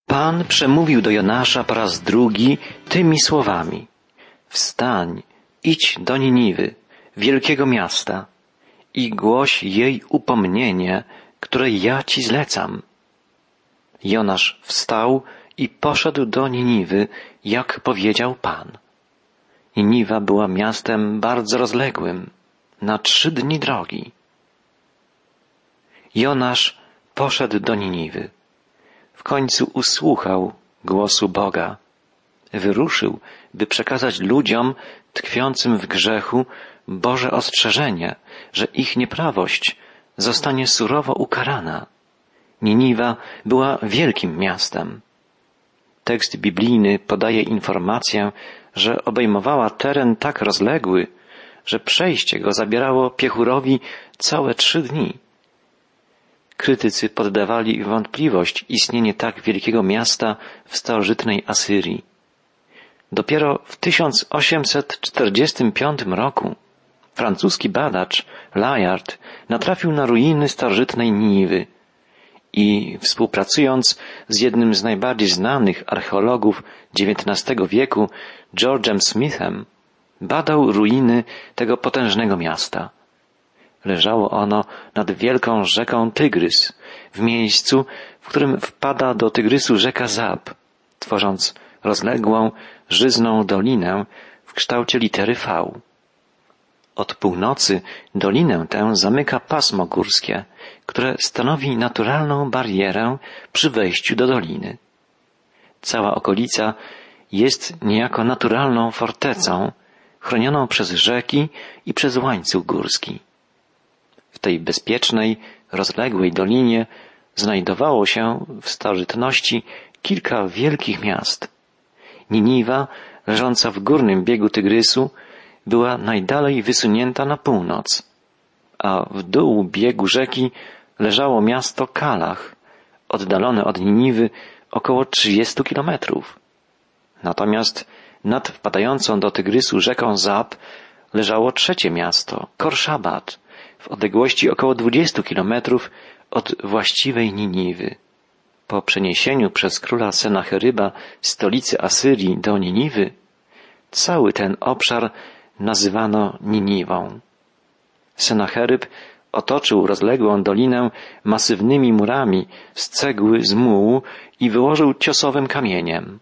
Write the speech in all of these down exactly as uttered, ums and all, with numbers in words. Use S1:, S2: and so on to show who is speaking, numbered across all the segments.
S1: Pan przemówił do Jonasza po raz drugi tymi słowami: Wstań, idź do Niniwy, wielkiego miasta, i głoś jej upomnienie, które ja ci zlecam. Jonasz wstał i poszedł do Niniwy, jak powiedział Pan. Niniwa była miastem bardzo rozległym, na trzy dni drogi. Jonasz poszedł do Niniwy. W końcu usłuchał głosu Boga. Wyruszył, by przekazać ludziom tkwiącym w grzechu Boże ostrzeżenie, że ich nieprawość zostanie surowo ukarana. Niniwa była wielkim miastem. Tekst biblijny podaje informację, że obejmowała teren tak rozległy, że przejście go zabierało piechurowi całe trzy dni. Krytycy poddawali wątpliwość istnienie tak wielkiego miasta w starożytnej Asyrii. Dopiero w tysiąc osiemset czterdziestym piątym roku francuski badacz Layard natrafił na ruiny starożytnej Niniwy i współpracując z jednym z najbardziej znanych archeologów dziewiętnastego wieku, George'em Smithem, badał ruiny tego potężnego miasta. Leżało ono nad wielką rzeką Tygrys, w miejscu, w którym wpada do Tygrysu rzeka Zab, tworząc rozległą, żyzną dolinę w kształcie litery V. Od północy dolinę tę zamyka pasmo górskie, które stanowi naturalną barierę przy wejściu do doliny. Cała okolica jest niejako naturalną fortecą, chronioną przez rzeki i przez łańcuch górski. W tej bezpiecznej, rozległej dolinie znajdowało się w starożytności kilka wielkich miast. Niniwa, leżąca w górnym biegu Tygrysu, była najdalej wysunięta na północ, a w dół biegu rzeki leżało miasto Kalach, oddalone od Niniwy około trzydziestu kilometrów. Natomiast nad wpadającą do Tygrysu rzeką Zab leżało trzecie miasto, Korszabat, w odległości około dwudziestu kilometrów od właściwej Niniwy. Po przeniesieniu przez króla Senacheryba stolicy Asyrii do Niniwy, cały ten obszar nazywano Niniwą. Senacheryb otoczył rozległą dolinę masywnymi murami z cegły z mułu i wyłożył ciosowym kamieniem.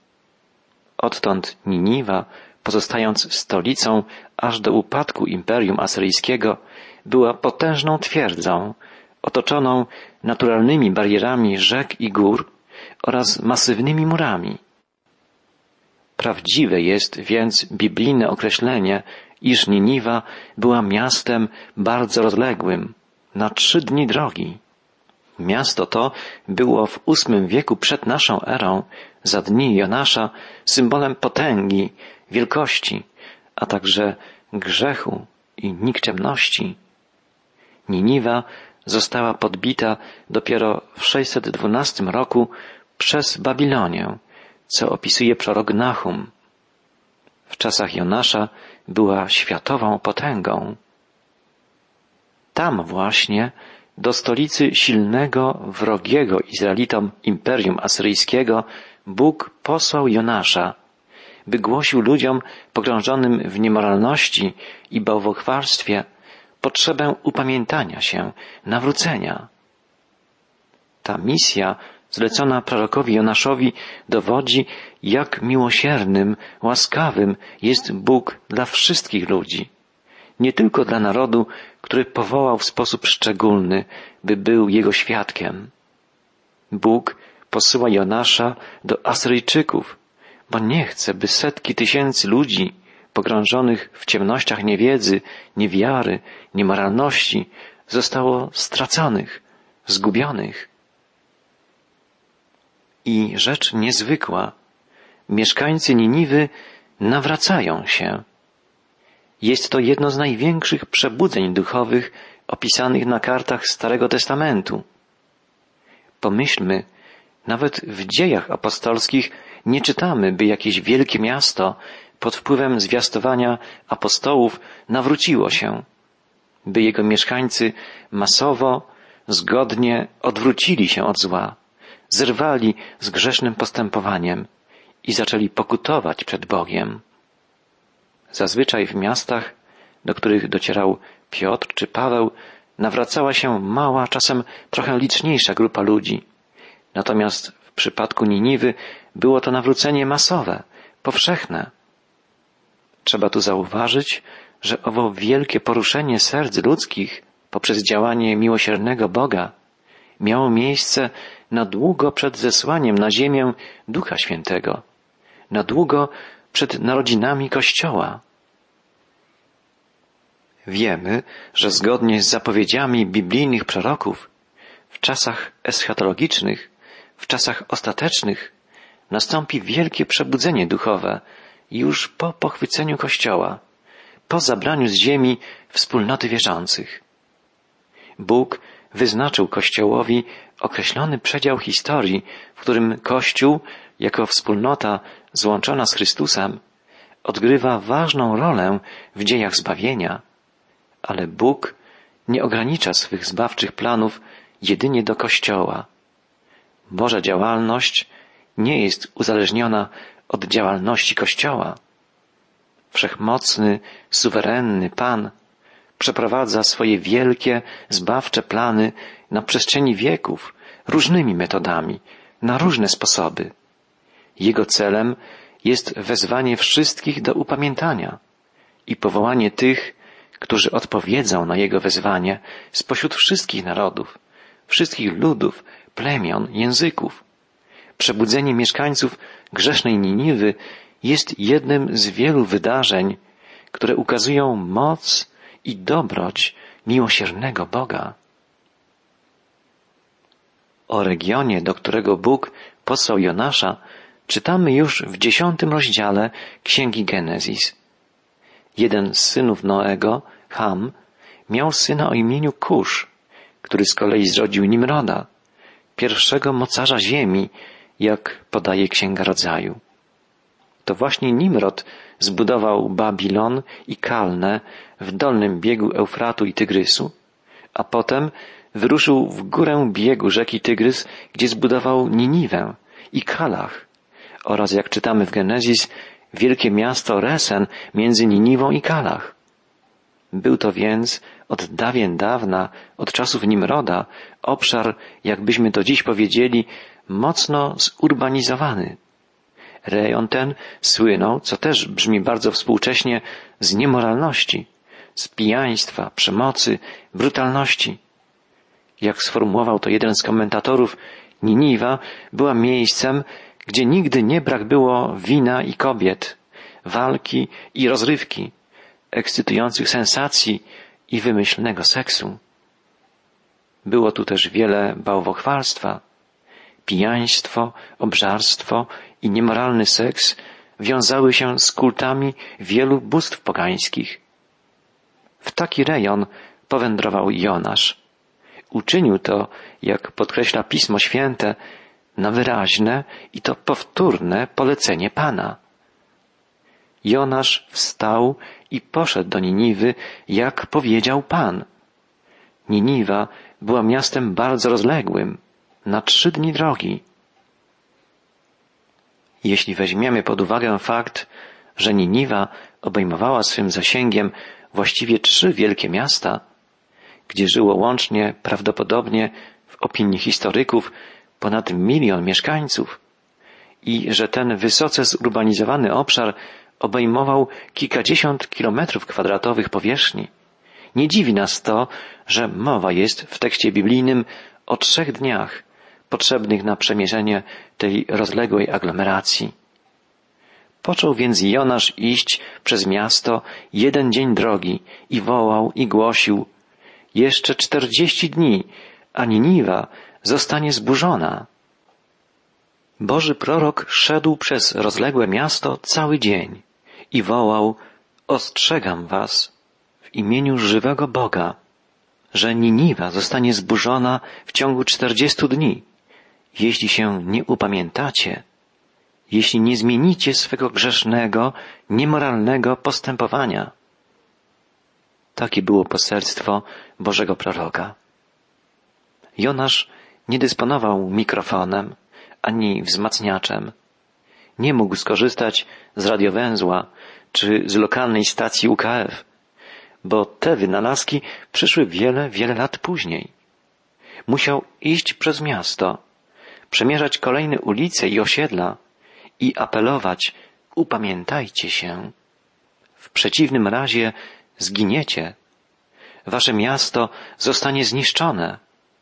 S1: Odtąd Niniwa, pozostając stolicą aż do upadku Imperium Asyryjskiego, była potężną twierdzą, otoczoną naturalnymi barierami rzek i gór oraz masywnymi murami. Prawdziwe jest więc biblijne określenie, iż Niniwa była miastem bardzo rozległym, na trzy dni drogi. Miasto to było w ósmym wieku przed naszą erą, za dni Jonasza, symbolem potęgi, wielkości, a także grzechu i nikczemności. Niniwa została podbita dopiero w sześćset dwunastym roku przez Babilonię, co opisuje prorok Nahum. W czasach Jonasza była światową potęgą. Tam właśnie do stolicy silnego, wrogiego Izraelitom Imperium Asyryjskiego Bóg posłał Jonasza, by głosił ludziom pogrążonym w niemoralności i bałwochwalstwie potrzebę upamiętania się, nawrócenia. Ta misja zlecona prorokowi Jonaszowi dowodzi, jak miłosiernym, łaskawym jest Bóg dla wszystkich ludzi, nie tylko dla narodu, który powołał w sposób szczególny, by był jego świadkiem. Bóg posyła Jonasza do Asyryjczyków, bo nie chce, by setki tysięcy ludzi pogrążonych w ciemnościach niewiedzy, niewiary, niemoralności zostało straconych, zgubionych. I rzecz niezwykła, mieszkańcy Niniwy nawracają się. Jest to jedno z największych przebudzeń duchowych opisanych na kartach Starego Testamentu. Pomyślmy, nawet w dziejach apostolskich nie czytamy, by jakieś wielkie miasto pod wpływem zwiastowania apostołów nawróciło się, by jego mieszkańcy masowo, zgodnie odwrócili się od zła, zerwali z grzesznym postępowaniem i zaczęli pokutować przed Bogiem. Zazwyczaj w miastach, do których docierał Piotr czy Paweł, nawracała się mała, czasem trochę liczniejsza grupa ludzi. Natomiast w przypadku Niniwy było to nawrócenie masowe, powszechne. Trzeba tu zauważyć, że owo wielkie poruszenie serc ludzkich poprzez działanie miłosiernego Boga miało miejsce na długo przed zesłaniem na ziemię Ducha Świętego, na długo przed narodzinami Kościoła. Wiemy, że zgodnie z zapowiedziami biblijnych proroków w czasach eschatologicznych, w czasach ostatecznych nastąpi wielkie przebudzenie duchowe już po pochwyceniu Kościoła, po zabraniu z ziemi wspólnoty wierzących. Bóg wyznaczył Kościołowi określony przedział historii, w którym Kościół, jako wspólnota złączona z Chrystusem, odgrywa ważną rolę w dziejach zbawienia, ale Bóg nie ogranicza swych zbawczych planów jedynie do Kościoła. Boża działalność nie jest uzależniona od działalności Kościoła. Wszechmocny, suwerenny Pan przeprowadza swoje wielkie, zbawcze plany na przestrzeni wieków, różnymi metodami, na różne sposoby. Jego celem jest wezwanie wszystkich do upamiętania i powołanie tych, którzy odpowiedzą na Jego wezwanie spośród wszystkich narodów, wszystkich ludów, plemion, języków. Przebudzenie mieszkańców grzesznej Niniwy jest jednym z wielu wydarzeń, które ukazują moc i dobroć miłosiernego Boga. O regionie, do którego Bóg posłał Jonasza, czytamy już w dziesiątym rozdziale Księgi Genezis. Jeden z synów Noego, Ham, miał syna o imieniu Kusz, który z kolei zrodził Nimroda, pierwszego mocarza ziemi, jak podaje Księga Rodzaju. To właśnie Nimrod zbudował Babilon i Kalnę w dolnym biegu Eufratu i Tygrysu, a potem wyruszył w górę biegu rzeki Tygrys, gdzie zbudował Niniwę i Kalach oraz, jak czytamy w Genezis, wielkie miasto Resen między Niniwą i Kalach. Był to więc od dawien dawna, od czasów Nimroda, obszar, jakbyśmy to dziś powiedzieli, mocno zurbanizowany. Rejon ten słynął, co też brzmi bardzo współcześnie, z niemoralności, z pijaństwa, przemocy, brutalności. Jak sformułował to jeden z komentatorów, Niniwa była miejscem, gdzie nigdy nie brak było wina i kobiet, walki i rozrywki, ekscytujących sensacji i wymyślnego seksu. Było tu też wiele bałwochwalstwa. Pijaństwo, obżarstwo i niemoralny seks wiązały się z kultami wielu bóstw pogańskich. W taki rejon powędrował Jonasz. Uczynił to, jak podkreśla Pismo Święte, na wyraźne i to powtórne polecenie Pana. Jonasz wstał i poszedł do Niniwy, jak powiedział Pan. Niniwa była miastem bardzo rozległym, na trzy dni drogi. Jeśli weźmiemy pod uwagę fakt, że Niniwa obejmowała swym zasięgiem właściwie trzy wielkie miasta, gdzie żyło łącznie prawdopodobnie w opinii historyków ponad milion mieszkańców i że ten wysoce zurbanizowany obszar obejmował kilkadziesiąt kilometrów kwadratowych powierzchni, nie dziwi nas to, że mowa jest w tekście biblijnym o trzech dniach potrzebnych na przemierzenie tej rozległej aglomeracji. Począł więc Jonasz iść przez miasto jeden dzień drogi i wołał i głosił: jeszcze czterdzieści dni, a Niniwa zostanie zburzona. Boży prorok szedł przez rozległe miasto cały dzień i wołał: ostrzegam was w imieniu żywego Boga, że Niniwa zostanie zburzona w ciągu czterdziestu dni, jeśli się nie upamiętacie, jeśli nie zmienicie swego grzesznego, niemoralnego postępowania. Takie było poselstwo Bożego proroka. Jonasz Nie dysponował mikrofonem ani wzmacniaczem. Nie mógł skorzystać z radiowęzła czy z lokalnej stacji U K F, bo te wynalazki przyszły wiele, wiele lat później. Musiał iść przez miasto, przemierzać kolejne ulice i osiedla i apelować: upamiętajcie się. W przeciwnym razie zginiecie. Wasze miasto zostanie zniszczone.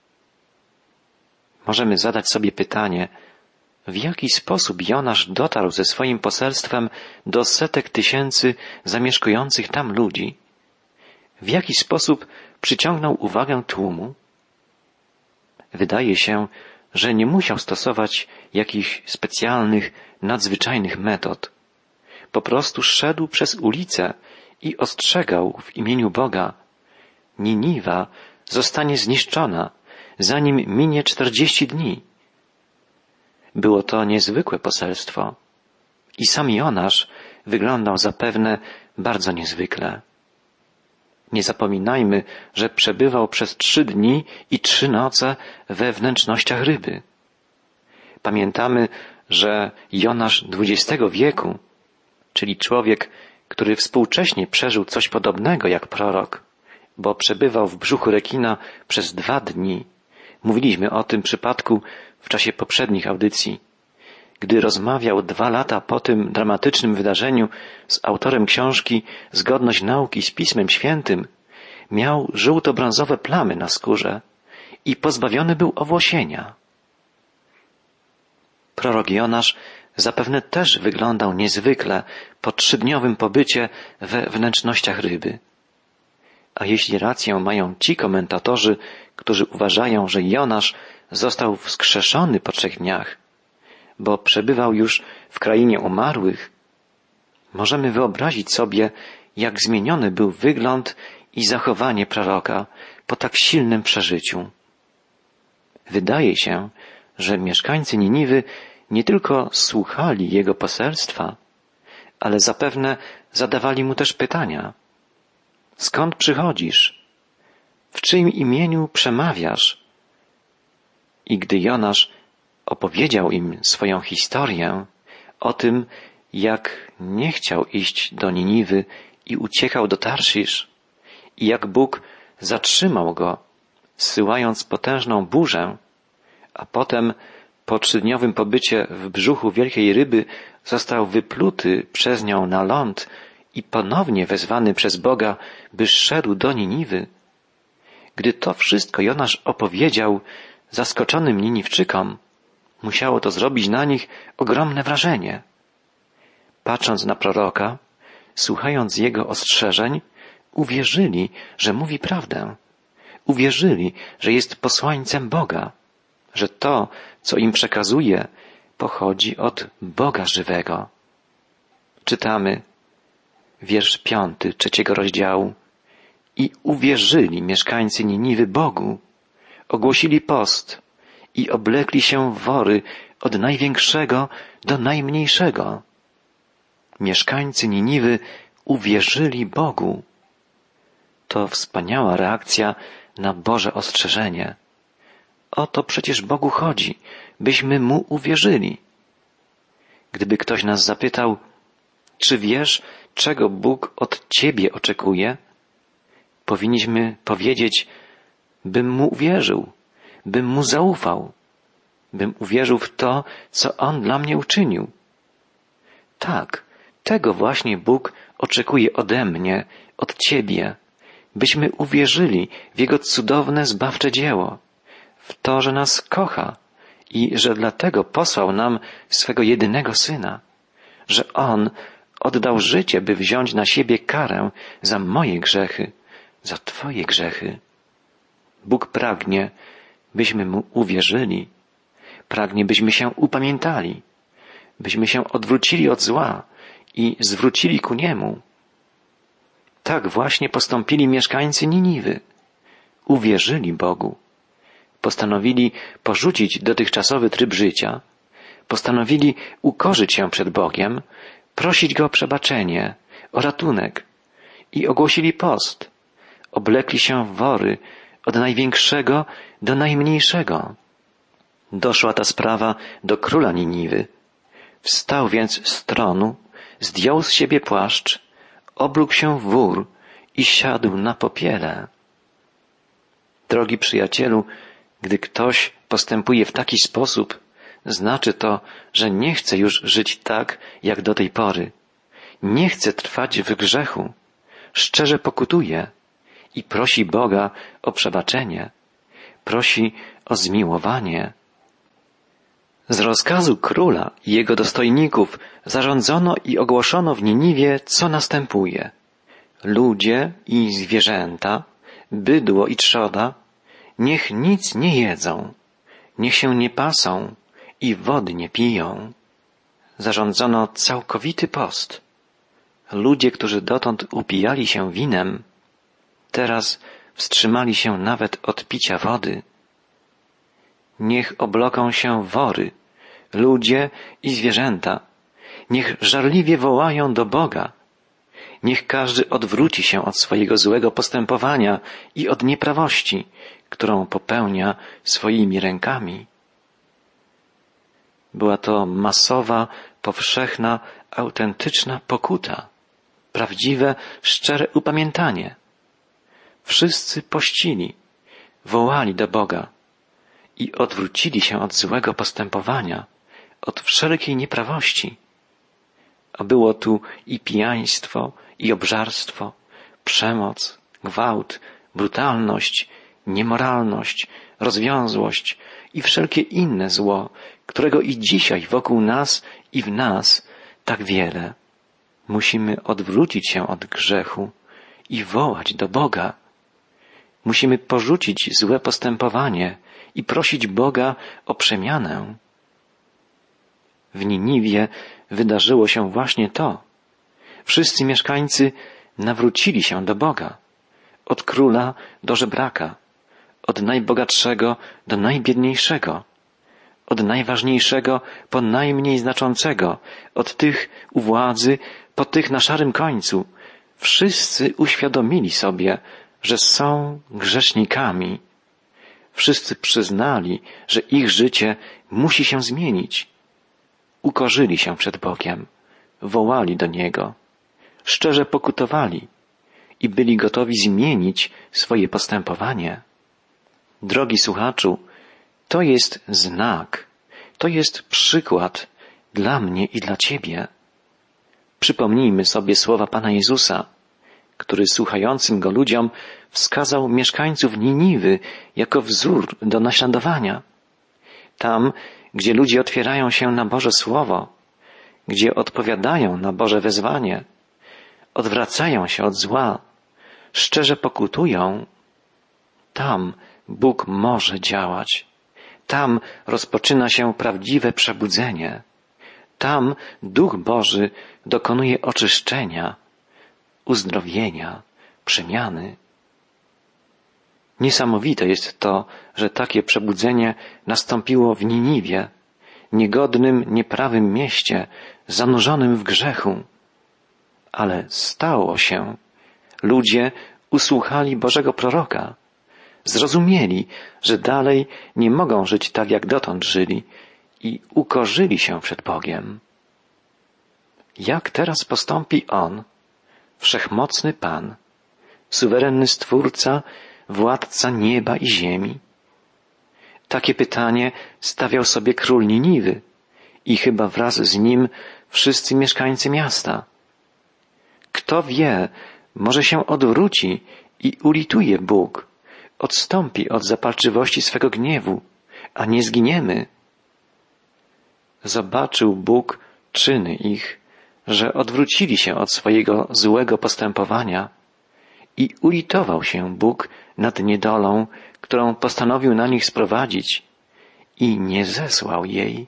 S1: Możemy zadać sobie pytanie, w jaki sposób Jonasz dotarł ze swoim poselstwem do setek tysięcy zamieszkujących tam ludzi? W jaki sposób przyciągnął uwagę tłumu? Wydaje się, że nie musiał stosować jakichś specjalnych, nadzwyczajnych metod. Po prostu szedł przez ulicę i ostrzegał w imieniu Boga: Niniwa zostanie zniszczona, zanim minie czterdzieści dni. Było to niezwykłe poselstwo i sam Jonasz wyglądał zapewne bardzo niezwykle. Nie zapominajmy, że przebywał przez trzy dni i trzy noce we wnętrznościach ryby. Pamiętamy, że Jonasz dwudziestego wieku, czyli człowiek, który współcześnie przeżył coś podobnego jak prorok, bo przebywał w brzuchu rekina przez dwa dni. Mówiliśmy o tym przypadku w czasie poprzednich audycji. Gdy rozmawiał dwa lata po tym dramatycznym wydarzeniu z autorem książki Zgodność nauki z Pismem Świętym, miał żółto-brązowe plamy na skórze i pozbawiony był owłosienia. Prorok Jonasz zapewne też wyglądał niezwykle po trzydniowym pobycie we wnętrznościach ryby. A jeśli rację mają ci komentatorzy, którzy uważają, że Jonasz został wskrzeszony po trzech dniach, bo przebywał już w krainie umarłych, możemy wyobrazić sobie, jak zmieniony był wygląd i zachowanie proroka po tak silnym przeżyciu. Wydaje się, że mieszkańcy Niniwy nie tylko słuchali jego poselstwa, ale zapewne zadawali mu też pytania. Skąd przychodzisz? W czyim imieniu przemawiasz? I gdy Jonasz opowiedział im swoją historię o tym, jak nie chciał iść do Niniwy i uciekał do Tarszisz, i jak Bóg zatrzymał go, zsyłając potężną burzę, a potem po trzydniowym pobycie w brzuchu wielkiej ryby został wypluty przez nią na ląd i ponownie wezwany przez Boga, by szedł do Niniwy. Gdy to wszystko Jonasz opowiedział zaskoczonym Niniwczykom, musiało to zrobić na nich ogromne wrażenie. Patrząc na proroka, słuchając jego ostrzeżeń, uwierzyli, że mówi prawdę. Uwierzyli, że jest posłańcem Boga, że to, co im przekazuje, pochodzi od Boga żywego. Czytamy wiersz piąty trzeciego rozdziału. I uwierzyli mieszkańcy Niniwy Bogu, ogłosili post i oblekli się w wory od największego do najmniejszego. Mieszkańcy Niniwy uwierzyli Bogu. To wspaniała reakcja na Boże ostrzeżenie. O to przecież Bogu chodzi, byśmy Mu uwierzyli. Gdyby ktoś nas zapytał, czy wiesz, czego Bóg od Ciebie oczekuje? Powinniśmy powiedzieć, bym Mu uwierzył, bym Mu zaufał, bym uwierzył w to, co On dla mnie uczynił. Tak, tego właśnie Bóg oczekuje ode mnie, od Ciebie, byśmy uwierzyli w Jego cudowne, zbawcze dzieło, w to, że nas kocha i że dlatego posłał nam swego jedynego Syna, że On oddał życie, by wziąć na siebie karę za moje grzechy, za Twoje grzechy. Bóg pragnie, byśmy Mu uwierzyli, pragnie, byśmy się upamiętali, byśmy się odwrócili od zła i zwrócili ku Niemu. Tak właśnie postąpili mieszkańcy Niniwy. Uwierzyli Bogu. Postanowili porzucić dotychczasowy tryb życia, postanowili ukorzyć się przed Bogiem, prosić Go o przebaczenie, o ratunek i ogłosili post. Oblekli się w wory od największego do najmniejszego. Doszła ta sprawa do króla Niniwy. Wstał więc z tronu, zdjął z siebie płaszcz, oblógł się w wór i siadł na popiele. Drogi przyjacielu, gdy ktoś postępuje w taki sposób, znaczy to, że nie chce już żyć tak, jak do tej pory. Nie chce trwać w grzechu. Szczerze pokutuje i prosi Boga o przebaczenie. Prosi o zmiłowanie. Z rozkazu króla i jego dostojników zarządzono i ogłoszono w Niniwie, co następuje. Ludzie i zwierzęta, bydło i trzoda, niech nic nie jedzą, niech się nie pasą i wody nie piją. Zarządzono całkowity post. Ludzie, którzy dotąd upijali się winem, teraz wstrzymali się nawet od picia wody. Niech obloką się wory, ludzie i zwierzęta. Niech żarliwie wołają do Boga. Niech każdy odwróci się od swojego złego postępowania i od nieprawości, którą popełnia swoimi rękami. Była to masowa, powszechna, autentyczna pokuta. Prawdziwe, szczere upamiętanie. Wszyscy pościli, wołali do Boga i odwrócili się od złego postępowania, od wszelkiej nieprawości. A było tu i pijaństwo, i obżarstwo, przemoc, gwałt, brutalność, niemoralność, rozwiązłość i wszelkie inne zło, którego i dzisiaj wokół nas i w nas tak wiele. Musimy odwrócić się od grzechu i wołać do Boga. Musimy porzucić złe postępowanie i prosić Boga o przemianę. W Niniwie wydarzyło się właśnie to. Wszyscy mieszkańcy nawrócili się do Boga. Od króla do żebraka, od najbogatszego do najbiedniejszego, od najważniejszego po najmniej znaczącego, od tych u władzy po tych na szarym końcu. Wszyscy uświadomili sobie, że są grzesznikami. Wszyscy przyznali, że ich życie musi się zmienić. Ukorzyli się przed Bogiem, wołali do Niego, szczerze pokutowali i byli gotowi zmienić swoje postępowanie. Drogi słuchaczu, to jest znak, to jest przykład dla mnie i dla Ciebie. Przypomnijmy sobie słowa Pana Jezusa, który słuchającym Go ludziom wskazał mieszkańców Niniwy jako wzór do naśladowania. Tam, gdzie ludzie otwierają się na Boże Słowo, gdzie odpowiadają na Boże wezwanie, odwracają się od zła, szczerze pokutują, tam Bóg może działać. Tam rozpoczyna się prawdziwe przebudzenie. Tam Duch Boży dokonuje oczyszczenia, uzdrowienia, przemiany. Niesamowite jest to, że takie przebudzenie nastąpiło w Niniwie, niegodnym, nieprawym mieście, zanurzonym w grzechu. Ale stało się. Ludzie usłuchali Bożego proroka. Zrozumieli, że dalej nie mogą żyć tak, jak dotąd żyli i ukorzyli się przed Bogiem. Jak teraz postąpi On, wszechmocny Pan, suwerenny Stwórca, władca nieba i ziemi? Takie pytanie stawiał sobie król Niniwy i chyba wraz z nim wszyscy mieszkańcy miasta. Kto wie, może się odwróci i ulituje Bóg, odstąpi od zapalczywości swego gniewu, a nie zginiemy. Zobaczył Bóg czyny ich, że odwrócili się od swojego złego postępowania i ulitował się Bóg nad niedolą, którą postanowił na nich sprowadzić i nie zesłał jej.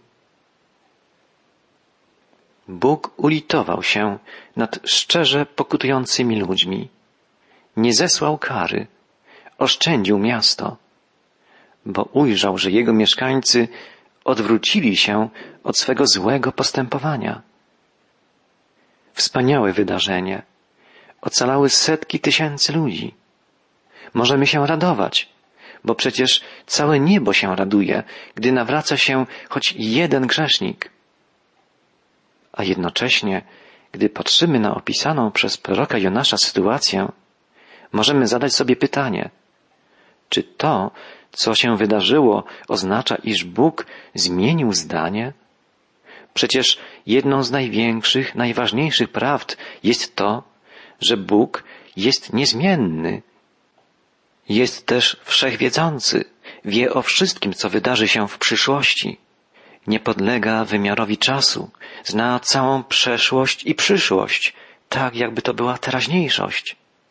S1: Bóg ulitował się nad szczerze pokutującymi ludźmi. Nie zesłał kary, oszczędził miasto, bo ujrzał, że jego mieszkańcy odwrócili się od swego złego postępowania. Wspaniałe wydarzenie. Ocalały setki tysięcy ludzi. Możemy się radować. bo przecież całe niebo się raduje, gdy nawraca się choć jeden grzesznik. A jednocześnie, gdy patrzymy na opisaną przez proroka Jonasza sytuację, możemy zadać sobie pytanie, czy to, co się wydarzyło, oznacza, iż Bóg zmienił zdanie? Przecież jedną z największych, najważniejszych prawd jest to, że Bóg jest niezmienny. Jest też wszechwiedzący, wie o wszystkim, co wydarzy się w przyszłości. Nie podlega wymiarowi czasu, zna całą przeszłość i przyszłość, tak jakby to była teraźniejszość.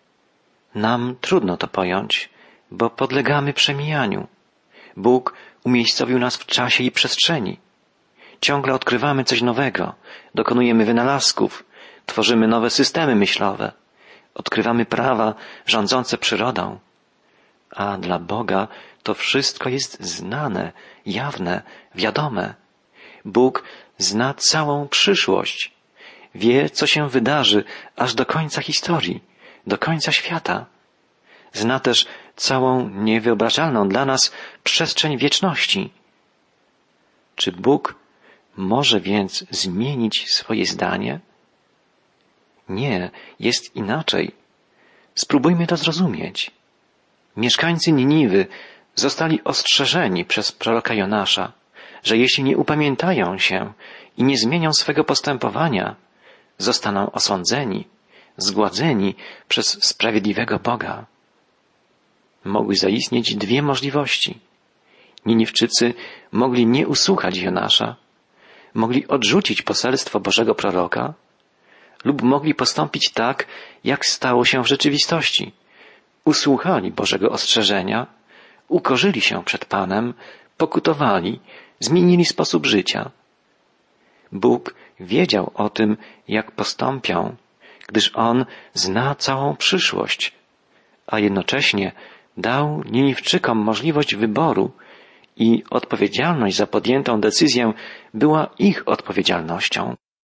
S1: Nam trudno to pojąć, bo podlegamy przemijaniu. Bóg umiejscowił nas w czasie i przestrzeni. Ciągle odkrywamy coś nowego, dokonujemy wynalazków, tworzymy nowe systemy myślowe, odkrywamy prawa rządzące przyrodą. A dla Boga to wszystko jest znane, jawne, wiadome. Bóg zna całą przyszłość. Wie, co się wydarzy aż do końca historii, do końca świata. Zna też całą niewyobrażalną dla nas przestrzeń wieczności. Czy Bóg może więc zmienić swoje zdanie? Nie, jest inaczej. Spróbujmy to zrozumieć. Mieszkańcy Niniwy zostali ostrzeżeni przez proroka Jonasza, że jeśli nie upamiętają się i nie zmienią swego postępowania, zostaną osądzeni, zgładzeni przez sprawiedliwego Boga. Mogły zaistnieć dwie możliwości. Niniwczycy mogli nie usłuchać Jonasza, mogli odrzucić poselstwo Bożego proroka lub mogli postąpić tak, jak stało się w rzeczywistości. Usłuchali Bożego ostrzeżenia, ukorzyli się przed Panem, pokutowali, zmienili sposób życia. Bóg wiedział o tym, jak postąpią, gdyż On zna całą przyszłość, a jednocześnie dał Niniwczykom możliwość wyboru i odpowiedzialność za podjętą decyzję była ich odpowiedzialnością.